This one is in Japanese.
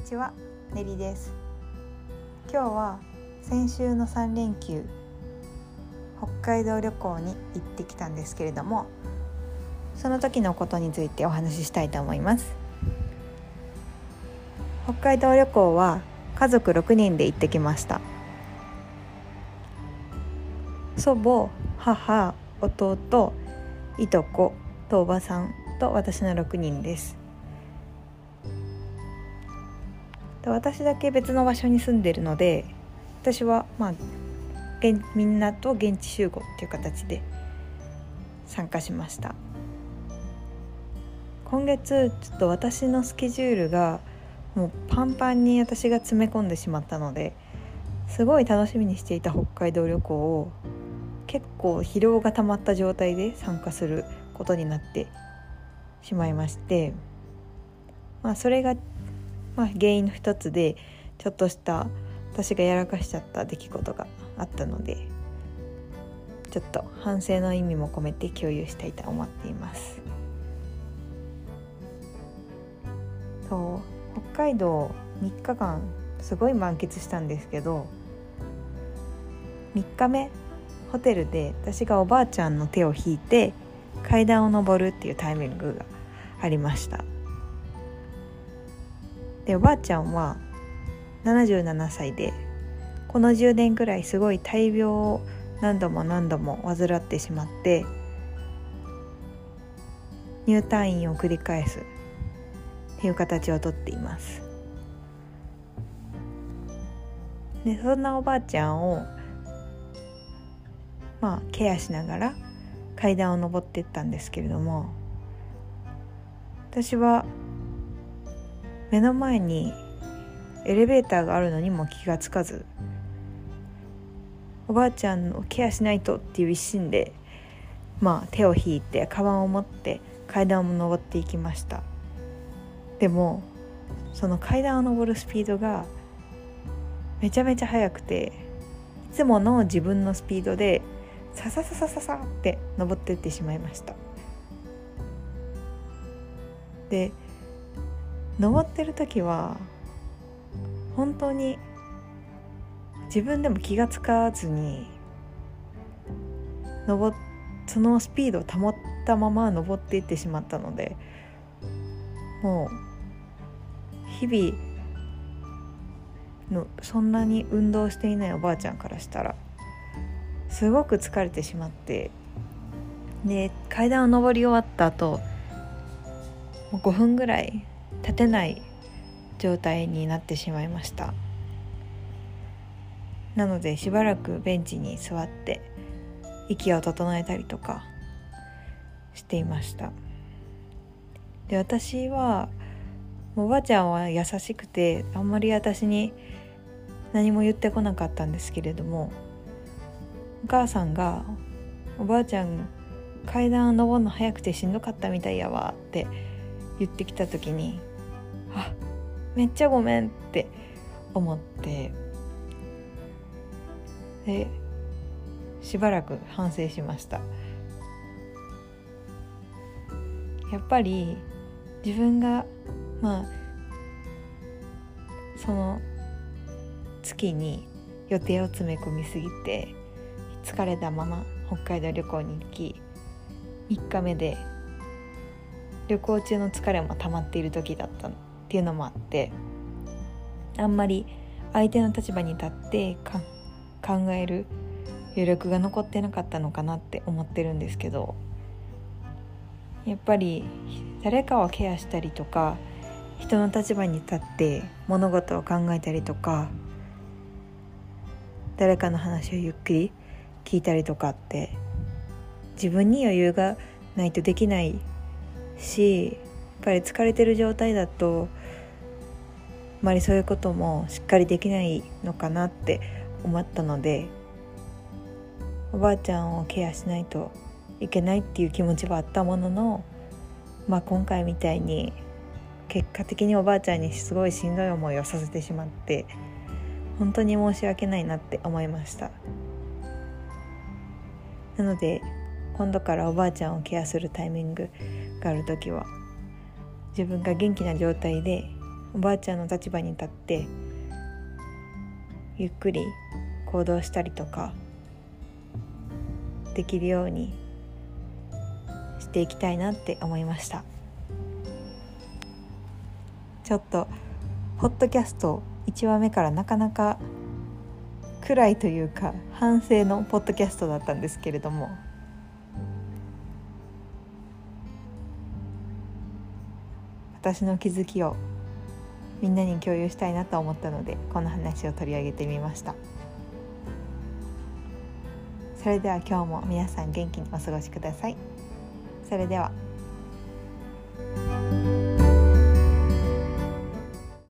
ちは、ねりです。今日は先週の3連休北海道旅行に行ってきたんですけれども、その時のことについてお話ししたいと思います。北海道旅行は家族6人で行ってきました。祖母、母、弟、いとことおばさんと私の6人です。私だけ別の場所に住んでいるので、私はみんなと現地集合っていう形で参加しました。今月ちょっと私のスケジュールがもうパンパンに私が詰め込んでしまったので、すごい楽しみにしていた北海道旅行を結構疲労が溜まった状態で参加することになってしまいまして、それが原因の一つで、ちょっとした私がやらかしちゃった出来事があったので、ちょっと反省の意味も込めて共有したいと思っています。北海道3日間すごい満喫したんですけど、3日目ホテルで私がおばあちゃんの手を引いて階段を登るっていうタイミングがありました。で、おばあちゃんは77歳で、この10年くらいすごい大病を何度も患ってしまって、入退院を繰り返すっていう形をとっています。で、そんなおばあちゃんをケアしながら階段を登っていったんですけれども、私は目の前にエレベーターがあるのにも気がつかず、おばあちゃんをケアしないとっていう一心で、手を引いてカバンを持って階段を登っていきました。でもその階段を登るスピードがめちゃめちゃ速くて、いつもの自分のスピードでササササササって登っていってしまいました。で、登ってる時は本当に自分でも気がつかずにそのスピードを保ったまま登っていってしまったので、もう日々のそんなに運動していないおばあちゃんからしたらすごく疲れてしまって、で階段を登り終わった後もう5分ぐらい立てない状態になってしまいました。なのでしばらくベンチに座って息を整えたりとかしていました。で、私はおばあちゃんは優しくてあんまり私に何も言ってこなかったんですけれども、お母さんがおばあちゃん階段登るの早くてしんどかったみたいやわって言ってきた時に、めっちゃごめんって思って、でしばらく反省しました。やっぱり自分がその月に予定を詰め込みすぎて疲れたまま北海道旅行に行き、3日目で旅行中の疲れも溜まっている時だったっていうのもあって、あんまり相手の立場に立って考える余力が残ってなかったのかなって思ってるんですけど、やっぱり誰かをケアしたりとか、人の立場に立って物事を考えたりとか、誰かの話をゆっくり聞いたりとかって自分に余裕がないとできないし、やっぱり疲れてる状態だとあまりそういうこともしっかりできないのかなって思ったので、おばあちゃんをケアしないといけないっていう気持ちはあったものの、今回みたいに結果的におばあちゃんにすごいしんどい思いをさせてしまって本当に申し訳ないなって思いました。なので今度からおばあちゃんをケアするタイミングがあるときは、自分が元気な状態でおばあちゃんの立場に立ってゆっくり行動したりとかできるようにしていきたいなって思いました。ちょっとポッドキャスト1話目からなかなか暗いというか反省のポッドキャストだったんですけれども、私の気づきをみんなに共有したいなと思ったので、この話を取り上げてみました。それでは今日も皆さん元気にお過ごしください。それでは。